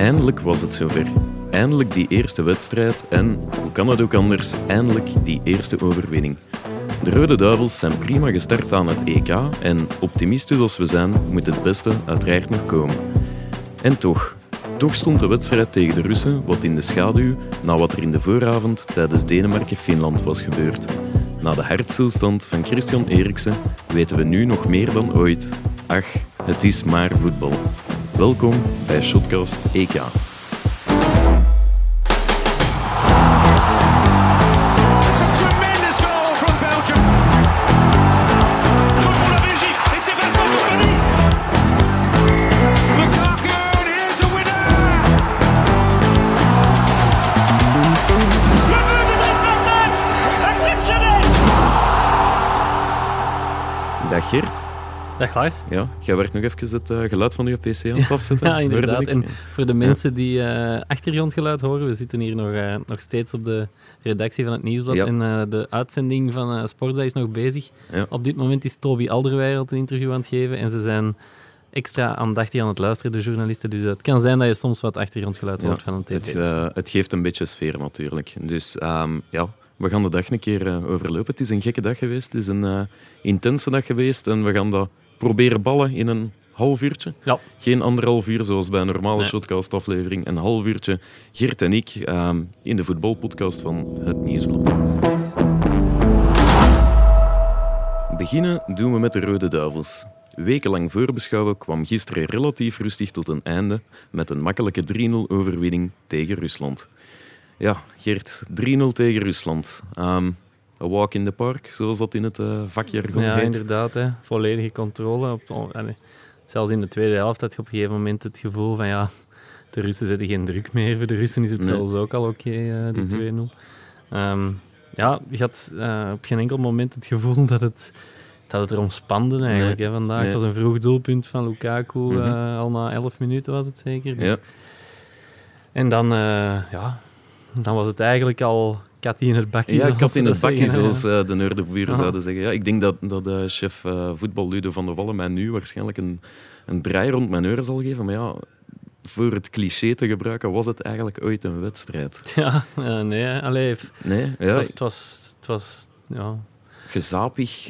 Eindelijk was het zover. Eindelijk die eerste wedstrijd en, hoe kan het ook anders, eindelijk die eerste overwinning. De Rode Duivels zijn prima gestart aan het EK en, optimistisch als we zijn, moet het beste uiteraard nog komen. En toch stond de wedstrijd tegen de Russen wat in de schaduw na wat er in de vooravond tijdens Denemarken-Finland was gebeurd. Na de hartstilstand van Christian Eriksen weten we nu nog meer dan ooit. Ach, het is maar voetbal. Welkom bij Shotcast EK. Dag Geert. Dag Lars. Ja, jij werd nog even het geluid van je pc aan het afzetten. Ja, inderdaad. En voor de mensen die achtergrondgeluid horen, we zitten hier nog steeds op de redactie van het Nieuwsblad en de uitzending van Sportza is nog bezig. Ja. Op dit moment is Toby Alderweireld een interview aan het geven en ze zijn extra aandachtig aan het luisteren, de journalisten. Dus het kan zijn dat je soms wat achtergrondgeluid hoort van een tv. Het geeft een beetje sfeer natuurlijk. Dus we gaan de dag een keer overlopen. Het is een gekke dag geweest, het is een intense dag geweest en we gaan dat proberen ballen in een half uurtje. Ja. Geen 1,5 uur zoals bij een normale Shotcast-aflevering. Een half uurtje, Geert en ik, in de voetbalpodcast van het Nieuwsblad. Beginnen doen we met de Rode Duivels. Wekenlang voorbeschouwen kwam gisteren relatief rustig tot een einde met een makkelijke 3-0 overwinning tegen Rusland. Ja, Geert, 3-0 tegen Rusland. A walk in the park, zoals dat in het vakjargon heet. Ja, inderdaad. Hè. Volledige controle. Zelfs in de tweede helft had je op een gegeven moment het gevoel van de Russen zetten geen druk meer. Voor de Russen is het zelfs ook al oké, die 2-0. Je had op geen enkel moment het gevoel dat het erom spande eigenlijk. Hè, vandaag. Nee. Het was een vroeg doelpunt van Lukaku, al na 11 minuten was het zeker. Dus. Ja. En dan was het eigenlijk al kat in het bakje. Ja, kat in het bakje, zoals de Noorderburen zouden zeggen. Ja, ik denk dat chef voetbal Ludo van der Wallen mij nu waarschijnlijk een draai rond mijn oren zal geven. Maar ja, voor het cliché te gebruiken, was het eigenlijk ooit een wedstrijd? Het was gezapig.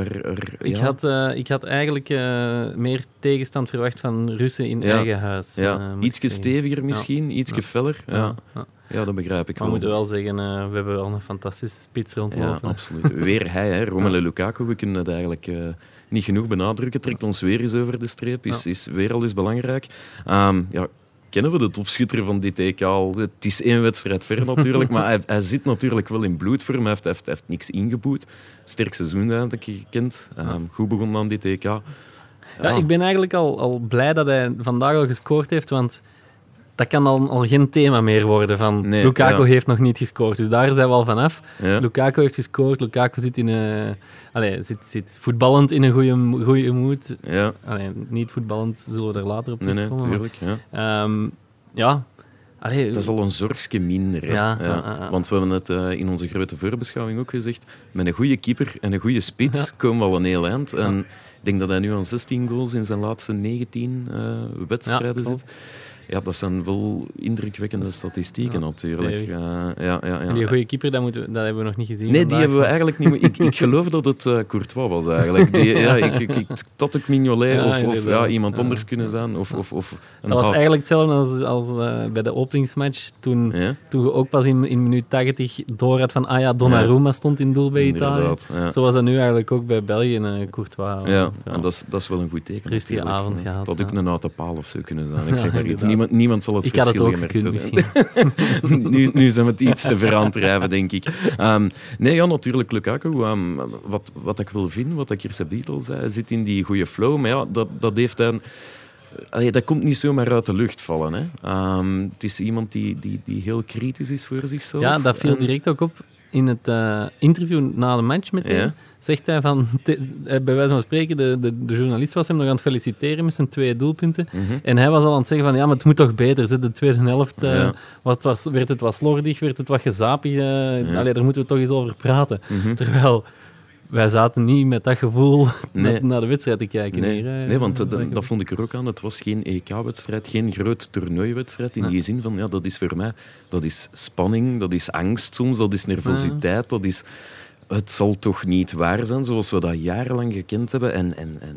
Ik had eigenlijk meer tegenstand verwacht van Russen in eigen huis. Ietsje steviger misschien, ietsje feller. Ja, dat begrijp ik wel. We moeten wel zeggen, we hebben wel een fantastische spits rondlopen. Ja, absoluut. Weer hij, hè. Romelu Lukaku. We kunnen het eigenlijk niet genoeg benadrukken. Trekt ons weer eens over de streep. Is weer al eens belangrijk. Kennen we de topschutter van dit EK al? Het is 1 wedstrijd ver natuurlijk, maar hij zit natuurlijk wel in bloedvorm. Hij heeft niks ingeboet. Sterk seizoen dat ik gekend. Goed begonnen aan dit EK. Ja, ik ben eigenlijk al blij dat hij vandaag al gescoord heeft, want dat kan al geen thema meer worden van Lukaku heeft nog niet gescoord. Dus daar zijn we al vanaf. Ja. Lukaku heeft gescoord. Lukaku zit voetballend in een goede mood. Ja. Niet voetballend, zullen we er later op terugkomen. Nee, tuurlijk. Ja. Dat is al een zorgje minder. Want we hebben het in onze grote voorbeschouwing ook gezegd. Met een goede keeper en een goede spits komen we al een heel eind. En ik denk dat hij nu aan 16 goals in zijn laatste 19 wedstrijden zit. Ja, dat zijn wel indrukwekkende statistieken natuurlijk. En die goede keeper, dat hebben we nog niet gezien. Nee, vandaag. Die hebben we eigenlijk niet. Ik geloof dat het Courtois was eigenlijk. Dat ook Mignolet of iemand anders kunnen zijn. Of dat was eigenlijk hetzelfde als bij de openingsmatch. Toen je ook pas in minuut 80 door had van Donnarumma stond in doel bij Italië. Ja. Zo was dat nu eigenlijk ook bij België en Courtois. En dat is wel een goed teken. Rustige avond gehad. Dat had ook een uit de paal of zo kunnen zijn. Ik zeg maar iets. Niemand zal het verschil gemerkt hebben. Nu zijn we het iets te ver aan het drijven, denk ik. Natuurlijk Lukaku. Wat ik wil vinden, wat Kirse Biet al zei, zit in die goede flow. Maar dat heeft dan... dat komt niet zomaar uit de lucht vallen. Hè. Het is iemand die heel kritisch is voor zichzelf. Ja, dat viel direct ook op in het interview na de match meteen. Zegt hij van, bij wijze van spreken, de journalist was hem nog aan het feliciteren met zijn 2 doelpunten. En hij was al aan het zeggen van, maar het moet toch beter. De tweede helft werd het wat slordig, werd het wat gezapig. Daar moeten we toch eens over praten. Terwijl wij zaten niet met dat gevoel naar de wedstrijd te kijken. Nee, want dat vond ik er ook aan. Het was geen EK-wedstrijd, geen groot toernooiwedstrijd. In die zin van, dat is voor mij... Dat is spanning, dat is angst soms, dat is nervositeit, dat is... Het zal toch niet waar zijn zoals we dat jarenlang gekend hebben. En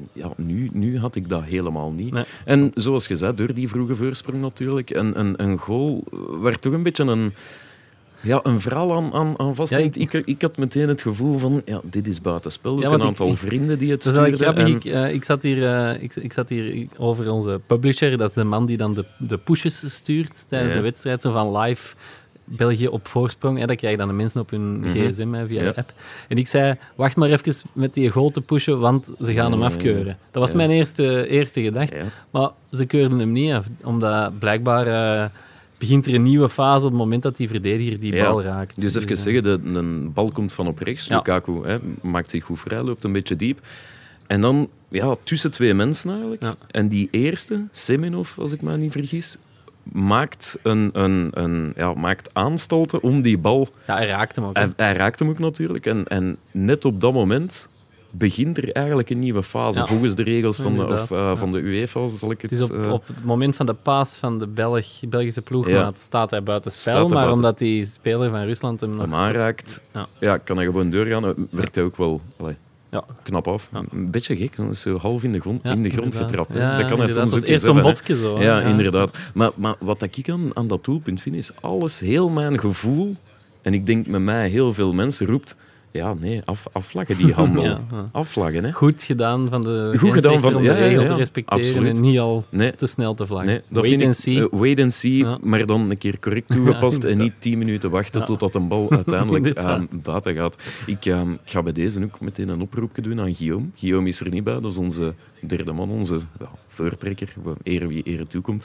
nu had ik dat helemaal niet. Nee. En zoals je zei, door die vroege voorsprong natuurlijk, een goal werd toch een beetje een verhaal aan vasthangt. Ik had meteen het gevoel van, dit is buitenspel. Ook een aantal vrienden die het stuurden. Dat is eigenlijk grappig. Ik zat hier over onze publisher. Dat is de man die dan de pushes stuurt tijdens de wedstrijd. Zo van live België op voorsprong. Dat krijgen dan de mensen op hun gsm via de app. En ik zei, wacht maar even met die goal te pushen, want ze gaan hem afkeuren. Dat was mijn eerste gedachte. Ja. Maar ze keurden hem niet af, omdat blijkbaar... begint er een nieuwe fase op het moment dat die verdediger die bal raakt. Dus even zeggen, de bal komt van op rechts. Lukaku maakt zich goed vrij, loopt een beetje diep. En dan tussen twee mensen eigenlijk. Ja. En die eerste, Semenov, als ik me niet vergis, maakt maakt aanstalten om die bal... Ja, hij raakt hem ook. Hij raakt hem ook natuurlijk. En net op dat moment... begint er eigenlijk een nieuwe fase, volgens de regels van de UEFA, zal ik het... Dus op het moment van de paas van de Belgische ploegmaat staat hij buitenspel, maar omdat die speler van Rusland hem aanraakt, kan hij gewoon doorgaan. Werkt hij ook wel knap af. Ja. Een beetje gek, dan is zo half in de grond getrapt. Ja, dat kan hij soms ook eerst zo'n botsje zo. Ja, inderdaad. Maar wat ik aan dat doelpunt vind, is alles heel mijn gevoel, en ik denk met mij heel veel mensen roept, afvlaggen die handel. Afvlaggen, hè. Goed gedaan van de grensrechter om de regel te respecteren, absoluut. En niet al te snel te vlaggen. Nee, wait and see, maar dan een keer correct toegepast en niet 10 minuten wachten totdat een bal uiteindelijk buiten gaat. Ik ga bij deze ook meteen een oproepje doen aan Guillaume. Guillaume is er niet bij, dat is onze derde man, onze voortrekker, eer wie eer toekomt.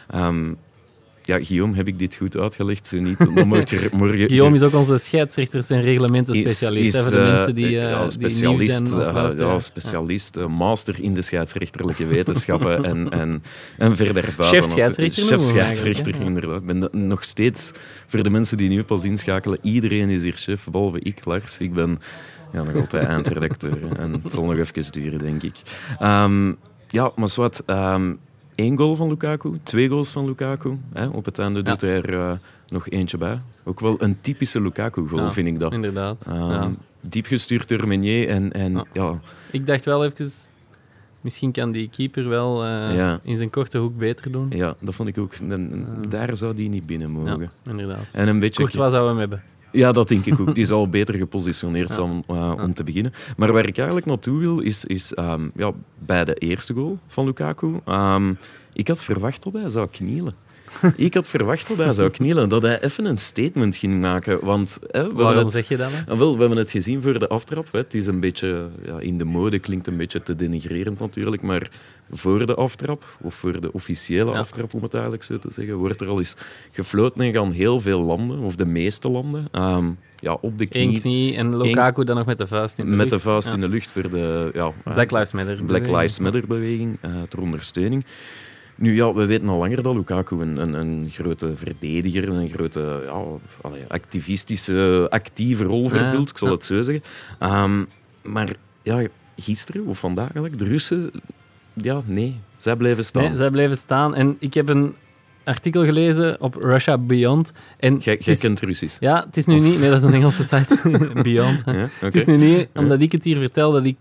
Guillaume, heb ik dit goed uitgelegd? Zo niet, dan morgen... Guillaume is ook onze scheidsrechters- en reglementenspecialist. Voor de mensen die specialist, die nieuw zijn. Specialist, master in de scheidsrechterlijke wetenschappen en verder buiten. Chef-scheidsrechter, inderdaad. Ik ben nog steeds, voor de mensen die nu pas inschakelen, iedereen is hier chef, behalve ik, Lars. Ik ben nog altijd eindredacteur. En het zal nog even duren, denk ik. Maar zwart... 1 goal van Lukaku, 2 goals van Lukaku. Op het einde doet hij er nog eentje bij. Ook wel een typische Lukaku-goal, vind ik dat. Inderdaad. Diep gestuurd door Meunier. Ik dacht wel even... Misschien kan die keeper wel in zijn korte hoek beter doen. Ja, dat vond ik ook. Daar zou die niet binnen mogen. Ja, inderdaad. En een beetje... Courtois zou hem hebben. Ja, dat denk ik ook. Die zal beter gepositioneerd zijn om te beginnen. Maar waar ik eigenlijk naartoe wil, is bij de eerste goal van Lukaku. Ik had verwacht dat hij zou knielen. Dat hij even een statement ging maken. Want, waarom zeg je dat? Wel, we hebben het gezien voor de aftrap. Het is een beetje in de mode, klinkt een beetje te denigrerend natuurlijk, maar voor de aftrap, of voor de officiële aftrap, om het eigenlijk zo te zeggen, wordt er al eens gefloten en gaan heel veel landen, of de meeste landen, op de knie. 1 knie en Lukaku dan nog met de vuist in de lucht. Met de vuist in de lucht voor de Black Lives Matter beweging ter ondersteuning. Nu we weten al langer dat Lukaku een grote verdediger, een grote activistische, actieve rol vervult, ik zal het zo zeggen. Maar gisteren of vandaag eigenlijk, de Russen, zij blijven staan. Nee, zij blijven staan. En ik heb een artikel gelezen op Russia Beyond. Jij kent Russisch? Ja, het is nu niet... Nee, dat is een Engelse site. Beyond. Ja, okay. Het is nu niet, omdat ik het hier vertel, dat ik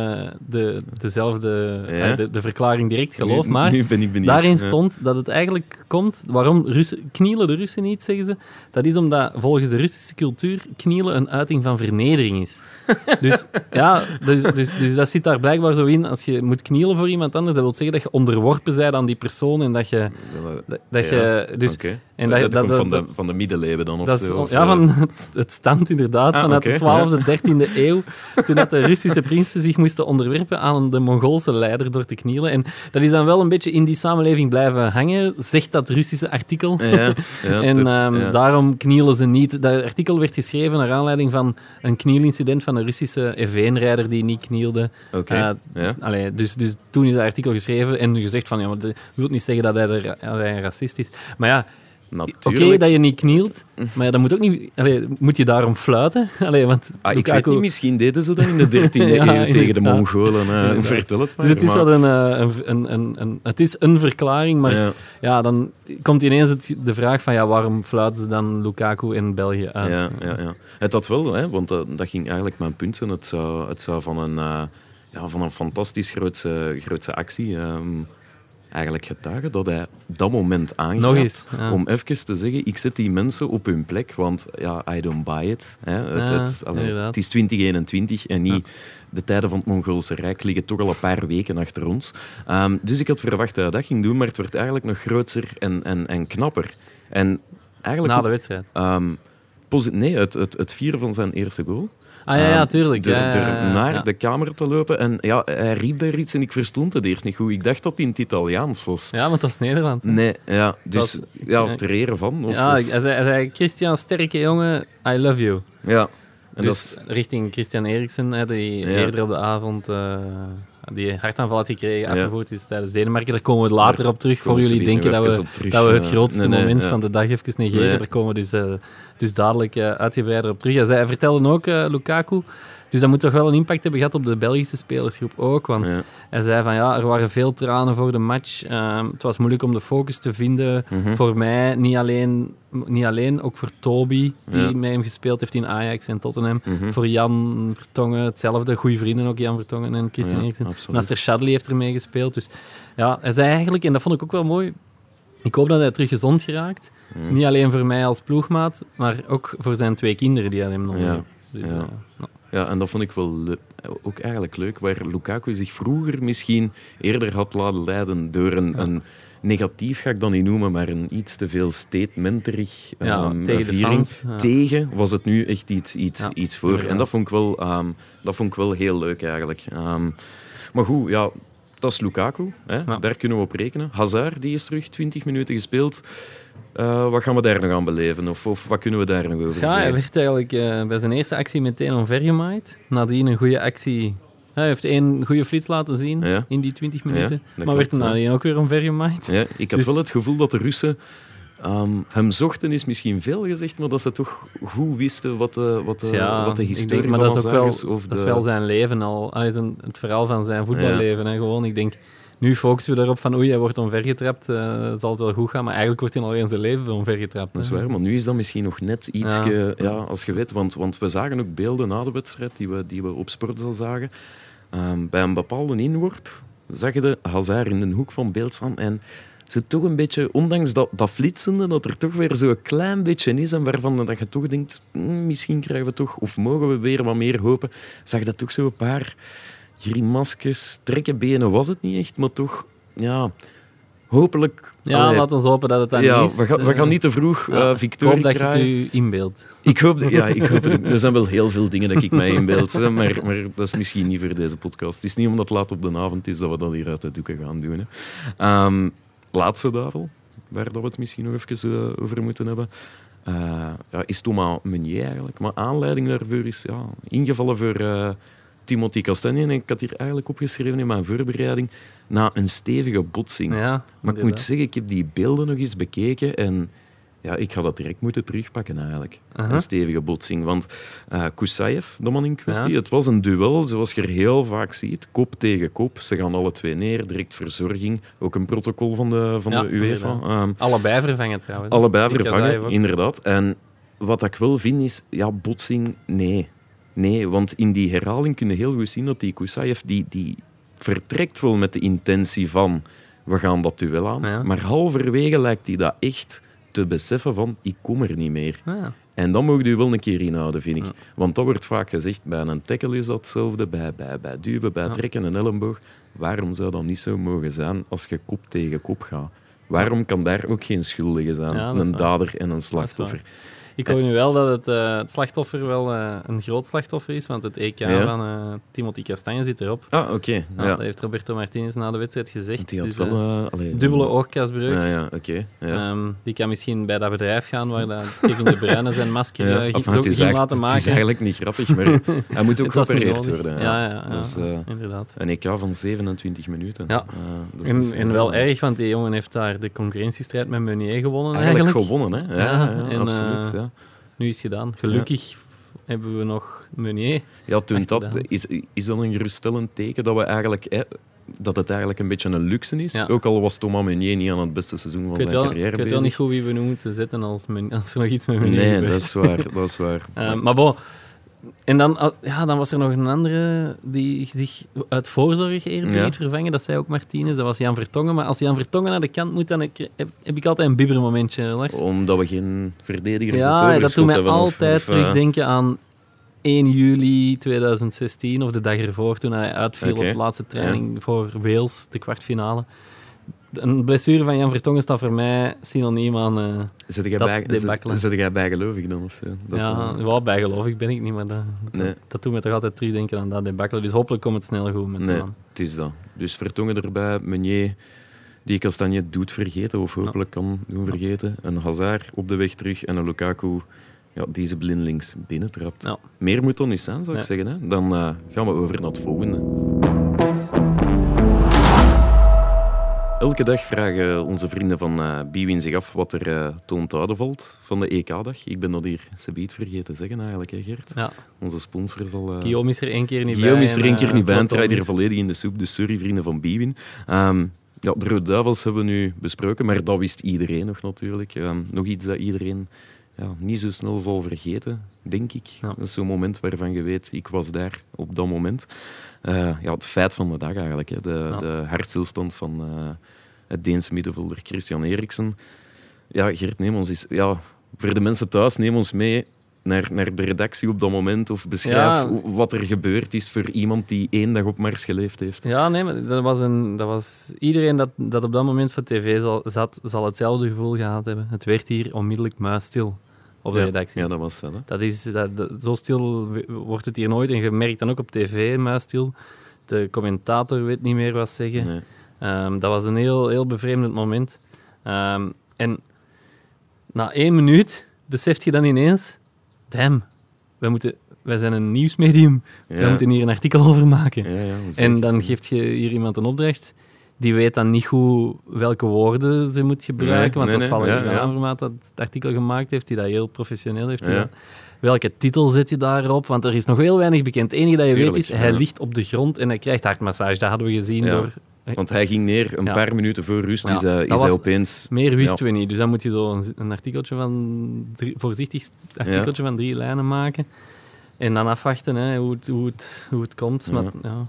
de verklaring direct geloof. Maar nu ben ik benieuwd. Daarin stond dat het eigenlijk komt... Waarom knielen de Russen niet, zeggen ze? Dat is omdat volgens de Russische cultuur knielen een uiting van vernedering is. Dus dat zit daar blijkbaar zo in. Als je moet knielen voor iemand anders, dat wil zeggen dat je onderworpen bent aan die persoon en dat je... Okay. En dat komt van de middeleeuwen dan? Van het stand inderdaad, vanuit de 12e, 13e eeuw, toen dat de Russische prinsen zich moesten onderwerpen aan de Mongoolse leider door te knielen. En dat is dan wel een beetje in die samenleving blijven hangen, zegt dat Russische artikel. Daarom knielen ze niet. Dat artikel werd geschreven naar aanleiding van een knielincident van een Russische F1-rijder die niet knielde. Dus toen is dat artikel geschreven en gezegd van, maar dat wil niet zeggen dat hij een racist is. Maar natuurlijk... Oké, dat je niet knielt, maar dat moet ook niet... moet je daarom fluiten? Want ik weet niet, misschien deden ze dat in de 13e eeuw tegen de Mongolen. Vertel het maar. Dus het is wel het is een verklaring, maar dan komt ineens de vraag van waarom fluiten ze dan Lukaku in België uit? Ja. Het had wel, hè, want dat ging eigenlijk mijn punt zijn. Het zou van een fantastisch grootse actie... eigenlijk getuigen dat hij dat moment aangrijpt om even te zeggen, ik zet die mensen op hun plek, want I don't buy it. Hè. Het is 2021 en niet de tijden van het Mongoolse Rijk liggen toch al een paar weken achter ons. Dus ik had verwacht dat hij dat ging doen, maar het werd eigenlijk nog groter en knapper. En eigenlijk na de wedstrijd? Het vieren van zijn eerste goal. Tuurlijk. Door naar de kamer te lopen. En hij riep daar iets en ik verstond het eerst niet goed. Ik dacht dat het in het Italiaans was. Ja, maar het was Nederland. Nee, dus ter ere van. Hij zei, Christian, sterke jongen, I love you. Ja. En dus richting Christian Eriksen, die eerder op de avond die hartaanval had gekregen, afgevoerd is tijdens Denemarken. Daar komen we later op terug. Voor jullie denken dat we het grootste moment van de dag even negeren. Daar komen we dus dadelijk uitgebreider op terug. Hij vertelde ook, Lukaku, dus dat moet toch wel een impact hebben gehad op de Belgische spelersgroep ook. Want hij zei van er waren veel tranen voor de match. Het was moeilijk om de focus te vinden. Voor mij, niet alleen, ook voor Toby, die met hem gespeeld heeft in Ajax en Tottenham. Voor Jan Vertongen, hetzelfde. Goede vrienden ook, Jan Vertongen en Christian Eriksen. Nasser Chadli heeft ermee gespeeld. Dus hij zei eigenlijk, en dat vond ik ook wel mooi, ik hoop dat hij terug gezond geraakt. Niet alleen voor mij als ploegmaat, maar ook voor zijn 2 kinderen die aan hem nog hebben. Dus, ja, en dat vond ik wel ook eigenlijk leuk, waar Lukaku zich vroeger misschien eerder had laten leiden door een negatief, ga ik dan niet noemen, maar een iets te veel statementerig tegen viering. de fans. Tegen was het nu echt iets voor. En dat vond ik wel heel leuk eigenlijk. Maar goed, dat is Lukaku. Hè? Daar kunnen we op rekenen. Hazard, die is terug, 20 minuten gespeeld. Wat gaan we daar nog aan beleven? Of wat kunnen we daar nog over zeggen? Hij werd eigenlijk bij zijn eerste actie meteen omvergemaaid. Nadien een goede actie... Hij heeft 1 goede flits laten zien in die 20 minuten. Maar werd nadien ook weer omvergemaaid. Ja, ik had wel het gevoel dat de Russen hem zochten, is misschien veel gezegd, maar dat ze toch goed wisten wat de historie van Hazard is. Dat is wel zijn leven al. Het verhaal van zijn voetballeven. Gewoon, ik denk... Nu focussen we daarop van hij wordt omvergetrapt, zal het wel goed gaan, maar eigenlijk wordt hij al in zijn leven omvergetrapt. Dat is waar, maar nu is dat misschien nog net iets, als je weet, want we zagen ook beelden na de wedstrijd die we op Sportzaal zagen. Bij een bepaalde inworp zag je de Hazard in de hoek van beeld staan en ze toch een beetje, ondanks dat flitsende, dat er toch weer zo'n klein beetje is en waarvan dat je toch denkt, misschien krijgen we toch, of mogen we weer wat meer hopen, zag je dat toch zo een paar... grimasjes, trekkenbenen was het niet echt, maar toch, hopelijk... laten we hopen dat het dan niet is. We gaan niet te vroeg victorie krijgen. Ik hoop dat je het u inbeeldt. Ik hoop het. Er zijn wel heel veel dingen dat ik mij inbeeld, maar dat is misschien niet voor deze podcast. Het is niet omdat het laat op de avond is dat we dat hier uit de doeken gaan doen. Hè. Laatste duivel, waar we het misschien nog even over moeten hebben, is Thomas Meunier eigenlijk. Maar aanleiding daarvoor is ingevallen voor... Timothy Castagne, en ik had hier eigenlijk opgeschreven in mijn voorbereiding, na een stevige botsing. Maar ik moet zeggen, ik heb die beelden nog eens bekeken en ik ga dat direct moeten terugpakken eigenlijk. Een stevige botsing. Want Kusayev, de man in kwestie, het was een duel, zoals je er heel vaak ziet, kop tegen kop. Ze gaan alle 2 neer, direct verzorging. Ook een protocol van de UEFA. Allebei vervangen trouwens. Allebei vervangen, inderdaad. En wat ik wel vind is, botsing, nee. Nee, want in die herhaling kun je heel goed zien dat die Kusayev die vertrekt wel met de intentie van we gaan dat duel aan. Maar halverwege lijkt hij dat echt te beseffen van ik kom er niet meer. En dan mogen je wel een keer inhouden, vind ik. Want dat wordt vaak gezegd, bij een tackle is dat hetzelfde, bij duwen, bij trekken en elleboog. Waarom zou dat niet zo mogen zijn als je kop tegen kop gaat? Waarom kan daar ook geen schuldige zijn? Een dader en een slachtoffer. Ik hoor nu wel dat het slachtoffer wel een groot slachtoffer is, want het EK van Timothy Castagne zit erop. Ah, oké. Dat heeft Roberto Martinez na de wedstrijd gezegd. Die had Dus, wel... dubbele oogkasbreuk. Ja, oké. Ja. Die kan misschien bij dat bedrijf gaan waar dat Kevin De Bruyne zijn masker ging laten maken. Het is eigenlijk niet grappig, maar hij moet ook geopereerd worden. Ja. Dus, inderdaad. Een EK van 27 minuten. Ja. En wel erg, want die jongen heeft daar de concurrentiestrijd met Meunier gewonnen. Eigenlijk gewonnen, hè? Ja, absoluut. Nu is het gedaan. Gelukkig hebben we nog Meunier. Ja, toen is dat een geruststellend teken dat we eigenlijk... dat het eigenlijk een beetje een luxe is. Ja. Ook al was Thomas Meunier niet aan het beste seizoen van zijn carrière bezig. Ik weet wel niet goed wie we nu moeten zetten als er nog iets met Meunier gebeurt. Nee, dat is waar. Maar bon... En dan was er nog een andere die zich uit voorzorg liet vervangen. Dat zei ook Martinez, dat was Jan Vertongen. Maar als Jan Vertongen naar de kant moet, dan heb ik altijd een bibbermomentje, Lars. Omdat we geen verdedigers hebben. Ja, dat doet mij altijd terugdenken aan 1 juli 2016, of de dag ervoor, toen hij uitviel op de laatste training voor Wales, de kwartfinale. Een blessure van Jan Vertongen staat voor mij synoniem aan Zet jij bijgelovig dan? Of zo? Bijgelovig ben ik niet, maar dat doet me toch altijd terugdenken aan dat debakkelen. Dus hopelijk komt het snel goed met het is dat. Dus Vertongen erbij, Meunier, die Castagne doet vergeten, of hopelijk kan doen vergeten. Een Hazard op de weg terug en een Lukaku die ze blindelings binnentrapt. Ja. Meer moet dan niet zijn, zou ik zeggen. Hè? Dan gaan we over naar het volgende. Elke dag vragen onze vrienden van Bwin zich af wat er te onthouden valt van de EK-dag. Ik ben dat hier subiet vergeten te zeggen eigenlijk, hè Gert? Ja. Onze sponsor zal... Guillaume is er 1 keer niet bij. Guillaume is er 1 keer niet bij en draait hier volledig in de soep. Dus sorry, vrienden van Bwin. De Rode Duivels hebben we nu besproken, maar dat wist iedereen nog natuurlijk. Nog iets dat iedereen niet zo snel zal vergeten, denk ik. Ja. Dat is zo'n moment waarvan je weet, ik was daar op dat moment. Het feit van de dag eigenlijk. Hè. De hartstilstand van het Deense middenvelder Christian Eriksen. Ja, Gert, neem ons eens... Ja, voor de mensen thuis, neem ons mee naar de redactie op dat moment. Of beschrijf wat er gebeurd is voor iemand die 1 dag op Mars geleefd heeft. Ja, nee, maar dat was iedereen dat op dat moment voor tv zat, zal hetzelfde gevoel gehad hebben. Het werd hier onmiddellijk muisstil op de redactie. Ja, dat was wel. Hè. Zo stil wordt het hier nooit. En je merkt dan ook op tv muisstil. De commentator weet niet meer wat zeggen. Nee. Dat was een heel, heel bevreemdend moment. En na 1 minuut beseft je dan ineens... Damn, wij zijn een nieuwsmedium. We moeten hier een artikel over maken. En dan geeft je hier iemand een opdracht. Die weet dan niet goed welke woorden ze moet gebruiken. Want dat is Valérie Lavermaat dat het artikel gemaakt heeft, die dat heel professioneel heeft gedaan. Welke titel zet je daarop? Want er is nog heel weinig bekend. Het enige dat je weet is, hij ligt op de grond en hij krijgt hartmassage. Dat hadden we gezien door... Want hij ging neer een paar minuten voor rust, is hij opeens... Meer wisten we niet, dus dan moet je zo een artikeltje van... voorzichtig artikeltje van 3 lijnen maken. En dan afwachten hoe het komt. Maar,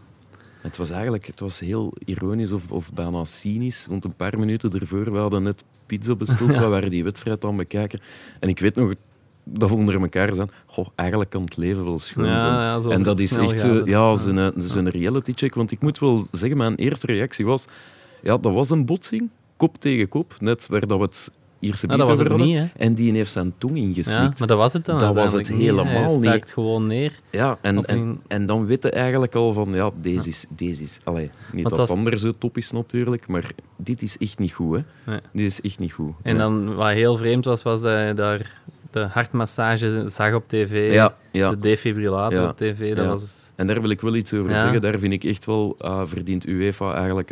Het was heel ironisch of bijna cynisch, want een paar minuten ervoor, we hadden net pizza besteld, we waren die wedstrijd aan het bekijken. En ik weet nog... dat we onder elkaar zijn, eigenlijk kan het leven wel schoon zijn. En dat is echt zo'n reality check. Want ik moet wel zeggen, mijn eerste reactie was... Ja, dat was een botsing, kop tegen kop, net waar dat we het Ierse biet over hadden. Niet, en die heeft zijn tong ingeslikt. Ja, maar dat was het dan. Dat was het helemaal niet. Hij stuikt gewoon neer. Ja, en dan weet je eigenlijk al van... Deze is... Allee, niet dat het andere zo top is natuurlijk, maar dit is echt niet goed. Hè. Nee. Dit is echt niet goed. En dan, wat heel vreemd was dat hij daar... de hartmassage zag op tv, de defibrillator op tv. Dat was... En daar wil ik wel iets over zeggen. Daar vind ik echt wel, verdient UEFA eigenlijk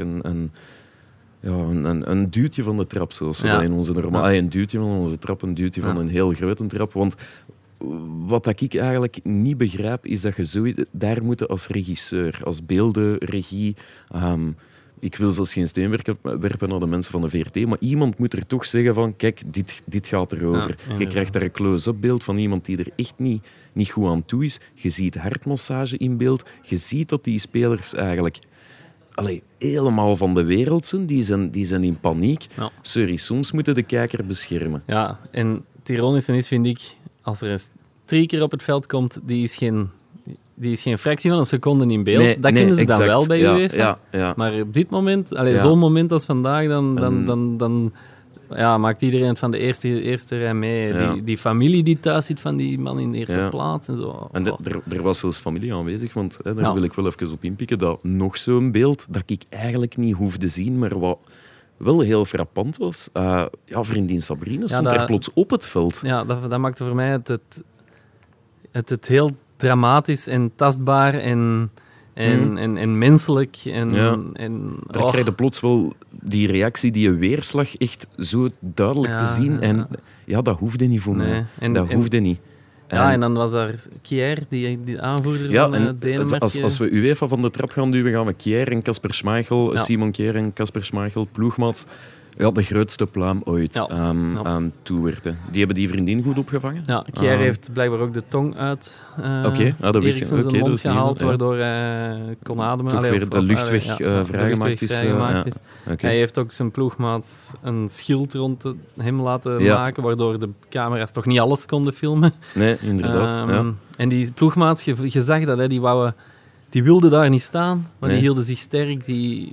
een duwtje van de trap, zoals we dat in onze normaal... Een duwtje van onze trap, een duwtje van een heel grote trap. Want wat ik eigenlijk niet begrijp, is dat je daar moet als regisseur, als beeldenregie... ik wil zelfs geen steen werpen naar de mensen van de VRT, maar iemand moet er toch zeggen van, kijk, dit gaat erover. Je krijgt daar een close-up beeld van iemand die er echt niet goed aan toe is. Je ziet hartmassage in beeld. Je ziet dat die spelers eigenlijk helemaal van de wereld zijn. Die zijn in paniek. Ja. Sorry, soms moeten de kijker beschermen. Ja, en het ironische is, vind ik, als er een striker op het veld komt, die is geen fractie van een seconde in beeld. Nee, dat kunnen ze exact. Dan wel bij UEFA. Ja. Maar op dit moment, zo'n moment als vandaag, dan maakt iedereen het van de eerste rij mee. Ja. Die familie die thuis zit van die man in de eerste plaats en zo. En er was zelfs familie aanwezig, want daar wil ik wel even op inpikken, dat nog zo'n beeld dat ik eigenlijk niet hoefde zien, maar wat wel heel frappant was. Vriendin Sabrina stond daar plots op het veld. Ja, dat maakte voor mij het heel dramatisch en tastbaar en menselijk. Daar krijg je plots wel die reactie, die weerslag echt zo duidelijk te zien. En dat hoefde niet voor mij. Dat hoefde niet. En dan was daar Kjær, die aanvoerder van Denemarken. Als we UEFA van de trap gaan duwen, gaan we Kjær en Kasper Schmeichel, Simon Kjær en Kasper Schmeichel, ploegmaats, de grootste pluim ooit aan toewerpen. Die hebben die vriendin goed opgevangen. Ja, Kjær heeft blijkbaar ook de tong uit Eriksen zijn mond gehaald, waardoor hij kon ademen. Toch weer de luchtweg vrijgemaakt is. Hij heeft ook zijn ploegmaats een schild rond hem laten maken, waardoor de camera's toch niet alles konden filmen. Nee, inderdaad. En die ploegmaats, je zag dat, die wilden daar niet staan, maar die hielden zich sterk.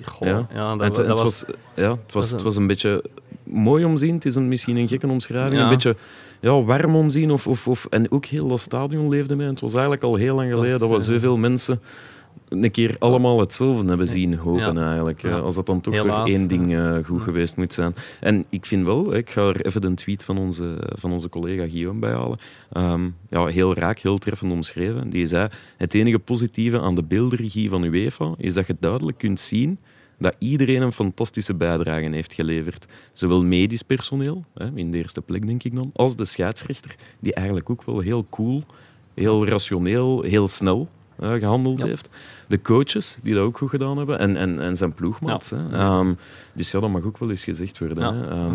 Het was een beetje mooi omzien. Het is misschien een gekke omschrijving. Een beetje warm omzien. En ook heel dat stadion leefde mee. Het was eigenlijk al heel lang geleden dat we zoveel mensen een keer allemaal hetzelfde hebben zien hopen eigenlijk. Als dat dan toch voor één ding goed geweest moet zijn. En ik vind wel, ik ga er even een tweet van onze collega Guillaume bij halen. Heel raak, heel treffend omschreven. Die zei, het enige positieve aan de beeldregie van UEFA is dat je duidelijk kunt zien dat iedereen een fantastische bijdrage heeft geleverd. Zowel medisch personeel, in de eerste plek denk ik dan, als de scheidsrechter, die eigenlijk ook wel heel cool, heel rationeel, heel snel gehandeld heeft. De coaches, die dat ook goed gedaan hebben. En zijn ploegmaats. Dus dat mag ook wel eens gezegd worden.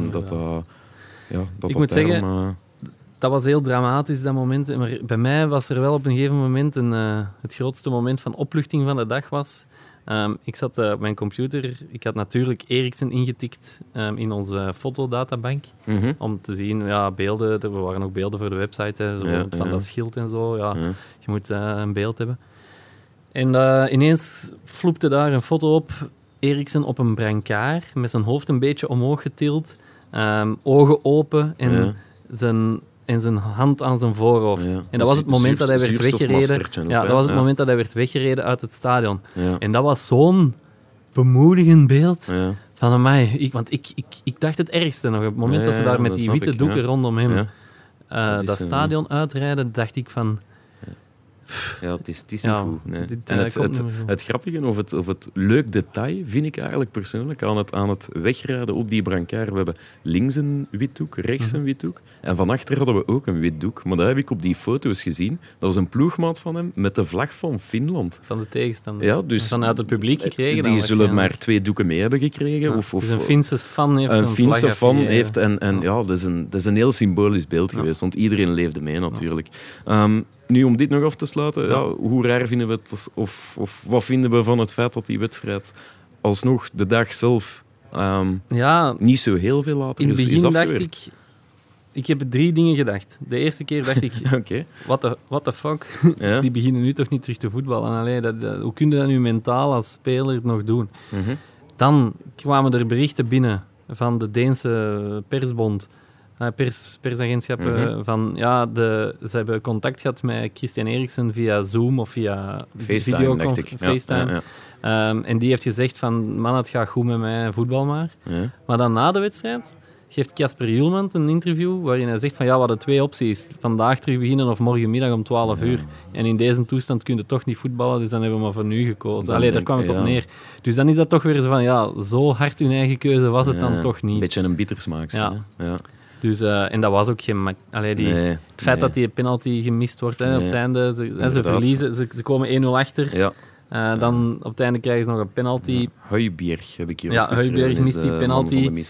Ik moet zeggen, dat was heel dramatisch, dat moment. Maar bij mij was er wel op een gegeven moment het grootste moment van opluchting van de dag was. Ik zat op mijn computer. Ik had natuurlijk Eriksen ingetikt in onze fotodatabank. Om te zien, beelden. Er waren ook beelden voor de website. Van dat schild en zo. Je moet een beeld hebben. En ineens vloepte daar een foto op. Eriksen op een brancard, met zijn hoofd een beetje omhoog getild. Ogen open en zijn hand aan zijn voorhoofd. En dat was het moment dat hij werd weggereden. Dat was het moment dat hij werd weggereden uit het stadion. En dat was zo'n bemoedigend beeld van amai. Want ik dacht het ergste nog. Op het moment dat ze daar met die witte doeken rondom hem dat stadion uitrijden, dacht ik van... het is niet goed. Nee. Het grappige of het leuk detail vind ik eigenlijk persoonlijk aan het wegrijden op die brancard. We hebben links een wit doek, rechts een wit doek. En van achter hadden we ook een wit doek. Maar dat heb ik op die foto's gezien. Dat was een ploegmaat van hem met de vlag van Finland. Van de tegenstander. Dus vanuit het publiek gekregen. Die zullen maar 2 doeken mee hebben gekregen. Dus een Finse fan heeft een Finse fan heeft. Dat is een heel symbolisch beeld geweest. Want iedereen leefde mee natuurlijk. Nu, om dit nog af te sluiten, hoe raar vinden we het, of wat vinden we van het feit dat die wedstrijd alsnog de dag zelf niet zo heel veel later is afgewerkt? In het begin dacht ik heb 3 dingen gedacht. De eerste keer dacht ik, what the fuck, die beginnen nu toch niet terug te voetballen. Allee, hoe kun je dat nu mentaal als speler nog doen? Dan kwamen er berichten binnen van de Deense persbond, persagentschappen van ze hebben contact gehad met Christian Eriksen via Zoom of via FaceTime. En die heeft gezegd van man, het gaat goed met mij, voetbal maar. Maar dan na de wedstrijd geeft Casper Hjulmand een interview waarin hij zegt van we hadden 2 opties. Vandaag terug beginnen of morgenmiddag om 12 uur. En in deze toestand kun je toch niet voetballen, dus dan hebben we maar voor nu gekozen. Daar kwam het op neer. Dus dan is dat toch weer zo van zo hard hun eigen keuze was het dan toch niet. Een beetje een bittersmaak. Dus, en dat was ook geen... Het feit dat die penalty gemist wordt op het einde, ze verliezen, ze komen 1-0 achter. Dan op het einde krijgen ze nog een penalty. Huijberg heb ik hier Huijberg mist die penalty.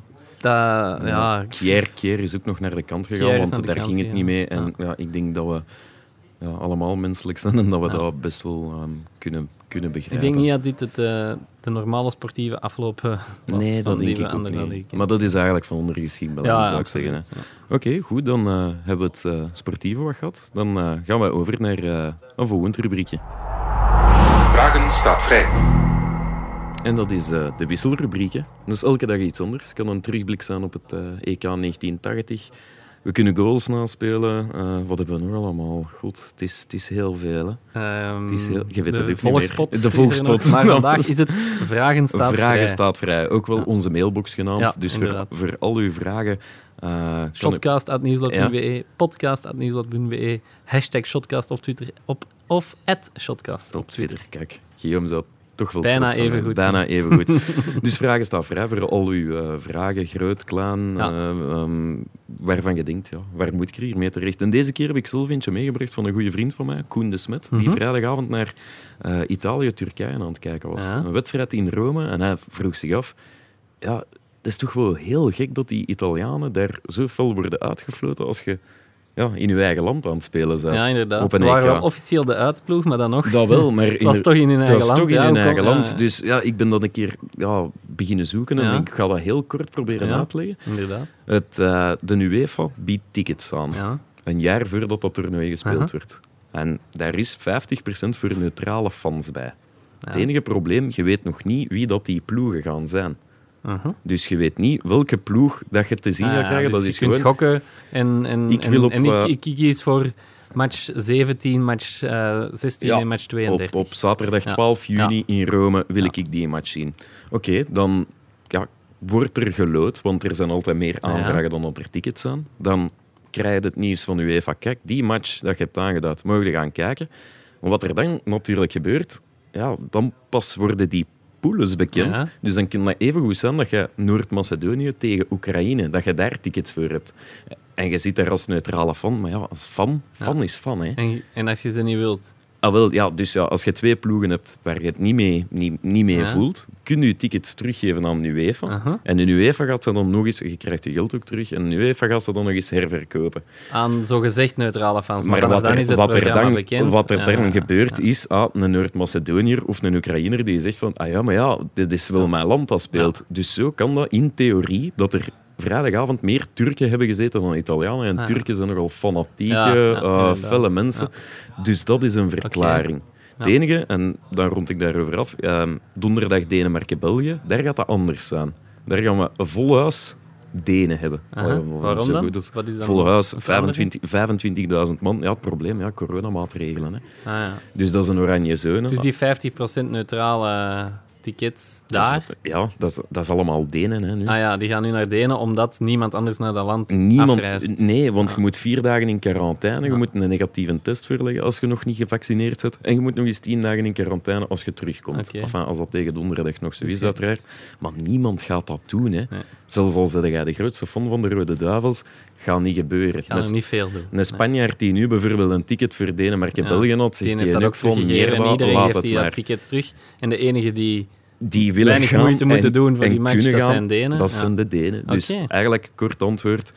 Kjær is ook nog naar de kant gegaan, want daar ging het niet mee. En ik denk dat we allemaal menselijk zijn en dat we dat best wel kunnen begrijpen. Ik denk niet dat dit de normale sportieve afloop was. Nee, dat denk ik ook niet. Maar dat is eigenlijk van ondergeschikt belang, zou ik zeggen. Oké, goed, dan hebben we het sportieve wat gehad. Dan gaan we over naar een volgend rubriekje. Vragen staat vrij. En dat is de wisselrubriek. Hè. Dus elke dag iets anders. Het kan een terugblik zijn op het EK 1980. We kunnen goals naspelen. Wat hebben we nog allemaal? God, het is heel veel. Hè. Je weet het ook volkspot niet meer. De volkspot. Maar vandaag is het Vragen staat vrij. Vragen staat vrij. Ook wel onze mailbox genaamd. Ja, dus inderdaad. voor al uw vragen... Shotcast@nieuwsblad.be, podcast@nieuwsblad.be, #Shotcast op Twitter of @Shotcast op Twitter. Kijk, Guillaume zou toch wel Bijna trots zijn. even goed. Bijna even goed. Dus vragen staan vrij voor al uw vragen, groot, klein, waarvan je denkt, waar moet ik er hier mee terecht? En deze keer heb ik zelf eentje meegebracht van een goede vriend van mij, Koen de Smet, die vrijdagavond naar Italië-Turkije aan het kijken was. Ja. Een wedstrijd in Rome en hij vroeg zich af, het is toch wel heel gek dat die Italianen daar zo fel worden uitgefloten als je in je eigen land aan het spelen bent. Ja, inderdaad. Op een Ze waren EK. wel officieel de uitploeg, maar dan nog. Dat wel, maar... Het was toch in hun Het eigen was land. toch in ja, hun hoe eigen kon- land. ja, Dus ik ben dat een keer beginnen zoeken en Ja. ik ga dat heel kort proberen uit te leggen. Inderdaad. De UEFA biedt tickets aan. Ja. Een jaar voordat dat toernooi gespeeld werd. En daar is 50% voor neutrale fans bij. Ja. Het enige probleem, je weet nog niet wie dat die ploegen gaan zijn. Dus je weet niet welke ploeg dat je te zien gaat krijgen. Dus Dat is je kunt gewoon... gokken ik kies voor match 17, match 16 en match 32. Op zaterdag 12 juni in Rome wil ik die match zien. Oké, dan wordt er geloot, want er zijn altijd meer aanvragen dan dat er tickets zijn. Dan krijg je het nieuws van UEFA. Kijk, die match dat je hebt aangeduid, mogen we gaan kijken. Maar wat er dan natuurlijk gebeurt, dan pas worden die poules bekend. Ja. Dus dan kan dat even goed zijn dat je Noord-Macedonië tegen Oekraïne, dat je daar tickets voor hebt. En je zit daar als neutrale fan, maar als fan is fan. Hè. En als je ze niet wilt. Dus als je twee ploegen hebt waar je het niet mee voelt, kun je tickets teruggeven aan de UEFA. En de UEFA gaat ze dan nog eens... Je krijgt je geld ook terug. En de UEFA gaat ze dan nog eens herverkopen. Aan zogezegd neutrale fans. Maar wat dan is het programma bekend. Wat er dan gebeurt is... een Noord-Macedoniër of een Oekraïner die zegt van... dit is wel mijn land dat speelt. Dus zo kan dat in theorie dat er vrijdagavond meer Turken hebben gezeten dan Italianen. En Turken zijn nogal fanatieke, felle mensen. Dus dat is een verklaring. Het enige, en dan rond ik daarover af, donderdag Denemarken-België, daar gaat dat anders zijn. Daar gaan we een vol huis Denen hebben. Waarom dan? Wat is dan vol huis, 25.000 man. Ja, het probleem, coronamaatregelen. Hè. Dus dat is een oranje zone. Dus die 50% neutrale tickets daar? Dat is allemaal Denen. Hè, nu. Die gaan nu naar Denen omdat niemand anders naar dat land afreist. Nee, want je moet 4 dagen in quarantaine. Je moet een negatieve test voorleggen als je nog niet gevaccineerd bent. En je moet nog eens 10 dagen in quarantaine als je terugkomt. Als dat tegen donderdag nog zo is, uiteraard. Maar niemand gaat dat doen. Hè. Nee. Zelfs al ben jij de grootste fan van de Rode Duivels, gaat niet gebeuren. Gaan er niet veel doen. Een Spanjaard die nu bijvoorbeeld een ticket voor Denemarken-België had, zegt heeft dat ook teruggegeven en iedereen geeft die dat tickets terug. En de enige die weinig moeite moeten doen voor die match, dat gaan, zijn Denen. Dat zijn de Denen. Dus eigenlijk, kort antwoord,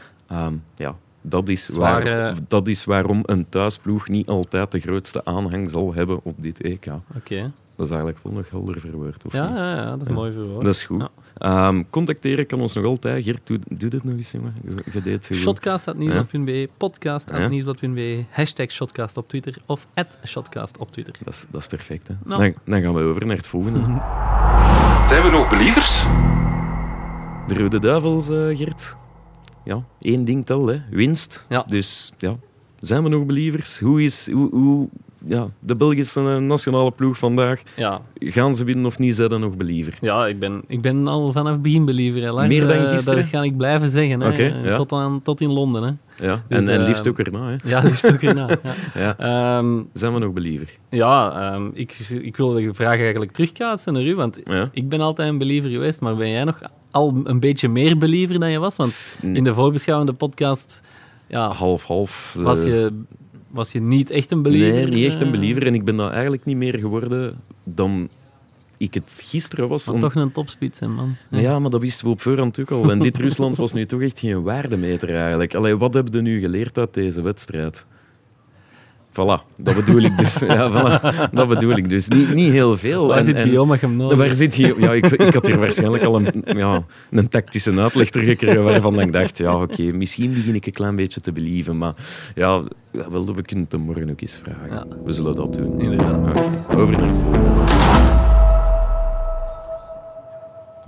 dat is waarom een thuisploeg niet altijd de grootste aanhang zal hebben op dit EK. Dat is eigenlijk wel nog helder verwoord, of niet? Ja, dat is mooi verwoord. Dat is goed. Contacteren kan ons nog altijd. Gert, doe dit nog eens, jongen. Je deed zo goed. Shotcast@nieuwsblad.be, podcast@nieuwsblad.be, #Shotcast op Twitter of @Shotcast op Twitter. Dat is perfect. Hè. Dan gaan we over naar het volgende. Zijn we nog believers? De Rode Duivels, Gert. Ja, 1 ding tel, hè. Winst. Ja. Dus zijn we nog believers? Hoe de Belgische nationale ploeg vandaag, gaan ze winnen of niet, zijn ze nog believer? Ja, ik ben al vanaf het begin believer. Meer dan gisteren? Dat ga ik blijven zeggen. Tot in Londen. Hè. Ja, dus, en liefst ook erna. Hè. Ja, liefst ook erna. zijn we nog believer? Ja, ik wil de vraag eigenlijk terugkaatsen naar u, want ik ben altijd een believer geweest, maar ben jij nog al een beetje meer believer dan je was? Want in de voorbeschouwende podcast... Half-half. Was je niet echt een believer? Nee, niet echt een believer. En ik ben dat eigenlijk niet meer geworden dan ik het gisteren was. Toch een topspits, hè, man. Ja, maar dat wisten we op voorhand ook al. En dit Rusland was nu toch echt geen waardemeter eigenlijk. Allee, wat hebben we nu geleerd uit deze wedstrijd? Voilà, dat bedoel ik dus. Dat bedoel ik dus. Niet heel veel. Waar zit Guillaume hem nodig? Waar zit Guillaume? Ja, ik had hier waarschijnlijk al een tactische uitleg teruggekregen waarvan ik dacht, oké, misschien begin ik een klein beetje te believen, maar we kunnen het hem morgen ook eens vragen. Ja. We zullen dat doen. Inderdaad. Okay. Over naar het volgende.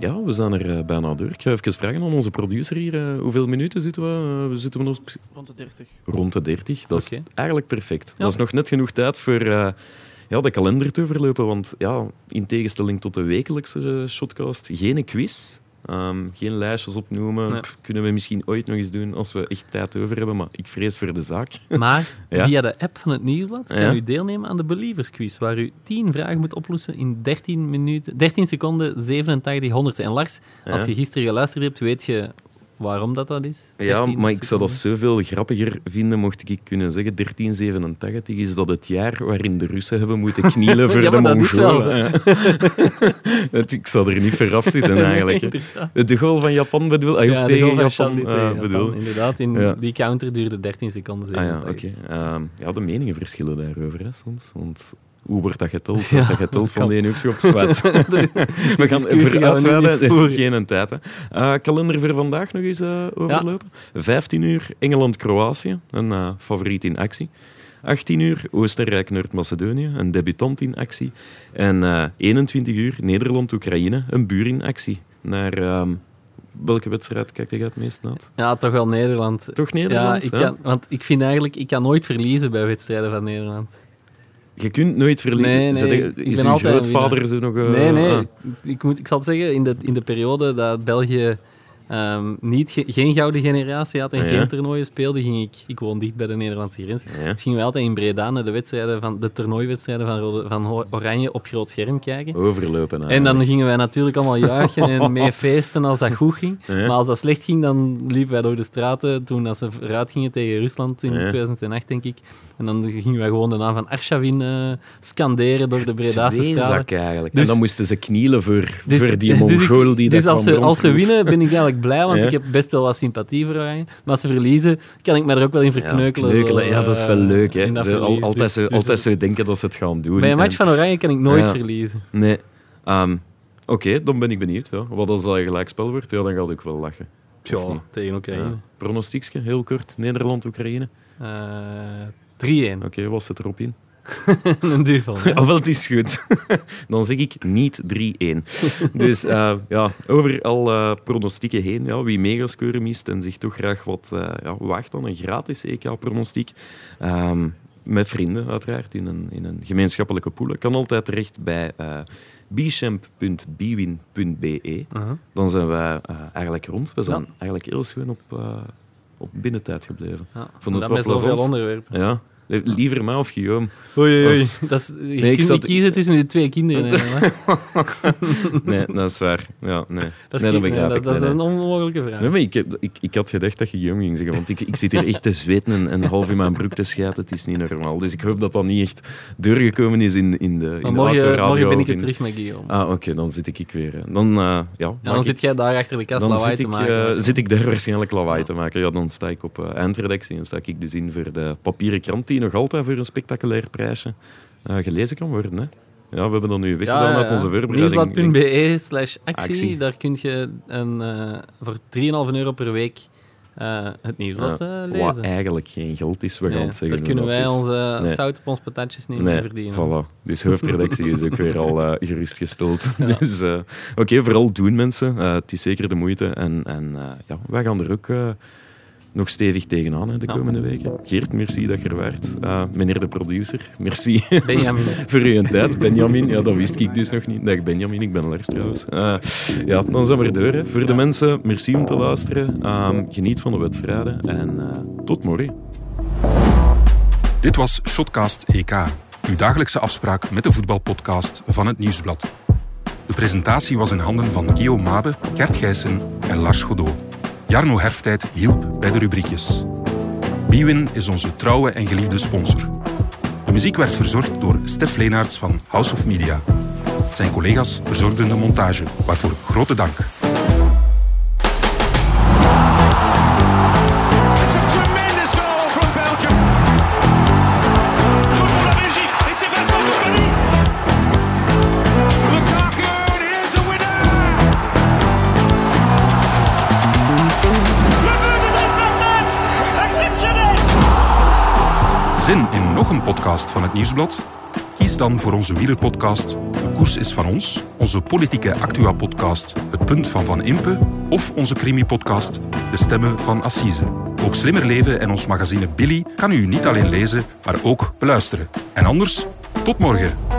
Ja, we zijn er bijna door. Ik ga even vragen aan onze producer hier. Hoeveel minuten zitten we? Zitten we nog... Rond de 30. Rond de 30. Dat is Oké. eigenlijk perfect. Ja. Dat is nog net genoeg tijd voor de kalender te overlopen. Want ja, in tegenstelling tot de wekelijkse shotcast, geen quiz. Geen lijstjes opnoemen. Nee. Kunnen we misschien ooit nog eens doen als we echt tijd over hebben. Maar ik vrees voor de zaak. Maar Ja. via de app van het Nieuwsblad kan Ja. u deelnemen aan de Believers Quiz, waar u 10 vragen moet oplossen in 13 seconden 87 honderdste. En Lars, als Ja. je gisteren geluisterd hebt, weet je waarom dat is? Ja, 13 maar ik zou dat seconden. zoveel grappiger vinden mocht ik kunnen zeggen. 1387 is dat het jaar waarin de Russen hebben moeten knielen voor Ja, de maar dat is wel. Mongolen. Ja. Ik zou er niet voor afzitten eigenlijk. Hè. Inderdaad. De goal van Japan bedoel of Ja, de tegen goal van Japan, Charlie tegen Japan, bedoel. Inderdaad, Ja. die counter duurde 13 seconden. Ah ja, 87. oké. Ja, de meningen verschillen daarover hè, soms. Want hoe wordt dat geteld? Ja, Wordt dat geteld van kan. de ene hoekschop? Zwet. We gaan discussie voor gaan we nu uitweiden. niet Het voeren. is geen tijd. Hè. Kalender voor vandaag nog eens overlopen. 15 uur Engeland-Kroatië, een favoriet in actie. 18 uur Oostenrijk-Noord-Macedonië, een debutant in actie. En 21 uur Nederland-Oekraïne, een buur in actie. Naar welke wedstrijd kijkt je het meest naar? Ja, toch wel Nederland. Toch Nederland? Ja, want ik vind eigenlijk, ik kan nooit verliezen bij wedstrijden van Nederland. Je kunt nooit verliezen. Nee, Is ik uw ben altijd een grootvader zo nog... Nee. Ik zal het zeggen, in de periode dat België geen gouden generatie had en Ja. geen toernooien speelde, ging ik woon dicht bij de Nederlandse grens. Ja. Dus gingen wij altijd in Breda naar de toernooiwedstrijden van Oranje op groot scherm kijken. Overlopen. En dan gingen wij natuurlijk allemaal juichen en mee feesten als dat goed ging. Ja. Maar als dat slecht ging, dan liepen wij door de straten toen als ze eruit gingen tegen Rusland in Ja. 2008, denk ik. En dan gingen wij gewoon de naam van Arshavin scanderen door de Bredase straten. Zak eigenlijk. Dus- en dan moesten ze knielen voor die dus Mongool die dus dat als kwam ze rondroepen. winnen, ben ik eigenlijk blij, want Ja. ik heb best wel wat sympathie voor Oranje. Maar als ze verliezen, kan ik me er ook wel in verkneukelen. Kneukelen, zo, ja, dat is wel leuk. Hè. in dat Ze verlies. altijd zo denken dat ze het gaan doen. Bij een match En- van Oranje kan ik nooit Ja. verliezen. Nee. Oké, dan ben ik benieuwd. Ja. Wat als dat een gelijkspel wordt, ja, dan ga ik wel lachen. Of niet? Tegen Oekraïne. Ja. Pronostiekje, heel kort. Nederland-Oekraïne. 3-1. Oké, wat zit erop in? Een duvel. hè? Oh, wel, het is goed. Dan zeg ik niet 3-1. Dus over al pronostieken heen, ja, wie megascoren mist en zich toch graag wat waagt dan een gratis EK-pronostiek. Met vrienden, uiteraard, in een gemeenschappelijke pool. Kan altijd terecht bij bchamp.bwin.be. Dan zijn wij eigenlijk rond. We zijn eigenlijk heel schoon op binnentijd gebleven. Ja. Vond het Dat wel met zoveel plezant. onderwerpen. Ja. Liever mij of Guillaume. Oei. Was- Je ik kunt niet zat- kiezen tussen die twee kinderen. hè, Nee, dat is waar. Ja, nee. dat Nee, dat begrijp ik. dat is Nee, een nee. onmogelijke vraag. Nee, maar ik had gedacht dat je Guillaume ging zeggen, want ik zit hier echt te zweten en half in mijn broek te schijten. Het is niet normaal. Dus ik hoop dat dat niet echt doorgekomen is in de Maar autoradio. morgen ben ik of er in- terug met Guillaume. Ah, oké, dan zit ik weer. Dan, En dan zit jij daar achter de kast dan lawaai zit te ik, maken. zit ik daar waarschijnlijk lawaai te maken. Ja, dan sta ik op eindredactie en sta ik dus in voor de papieren krant die nog altijd voor een spectaculair prijsje gelezen kan worden. Hè. Ja, we hebben dat nu weggedaan uit onze voorbereiding. Nieuwsblad.be/actie. Actie. Daar kun je voor €3,5 per week het Nieuwsblad Wat lezen. eigenlijk geen geld is, we gaan Nee, het zeggen. daar kunnen hoe dat wij is. onze Nee. zout op ons patatjes nemen Nee, en verdienen. voilà. Dus hoofdredactie is ook weer al gerustgesteld. Dus oké, vooral doen mensen. Het is zeker de moeite. En wij gaan er ook nog stevig tegenaan hè, de komende weken. Geert, merci dat je er waart. Meneer de producer, merci Benjamin. voor uw tijd. Benjamin, ja, dat wist ik dus nog niet. Dag Benjamin, ik ben Lars trouwens. Dan zijn we er door. Hè. Voor de mensen, merci om te luisteren. Geniet van de wedstrijden en tot morgen. Dit was Shotcast EK, uw dagelijkse afspraak met de voetbalpodcast van het Nieuwsblad. De presentatie was in handen van Guillaume Mabe, Gert Gijssen en Lars Godot. Jarno Herftijd hielp bij de rubriekjes. Bwin is onze trouwe en geliefde sponsor. De muziek werd verzorgd door Stef Leenaerts van House of Media. Zijn collega's verzorgden de montage, waarvoor grote dank. It's a tremendous goal from Belgium. Good for la Belgique. Et c'est Vincent Kompany. Lukaku is the winner. Exceptionnel. Zin in nog een podcast van het Nieuwsblad? Kies dan voor onze wielerpodcast De Koers is van ons, onze politieke Actua-podcast Het Punt van Van Impe of onze crimi-podcast De Stemmen van Assise. Ook Slimmer Leven en ons magazine Billy kan u niet alleen lezen, maar ook beluisteren. En anders, tot morgen.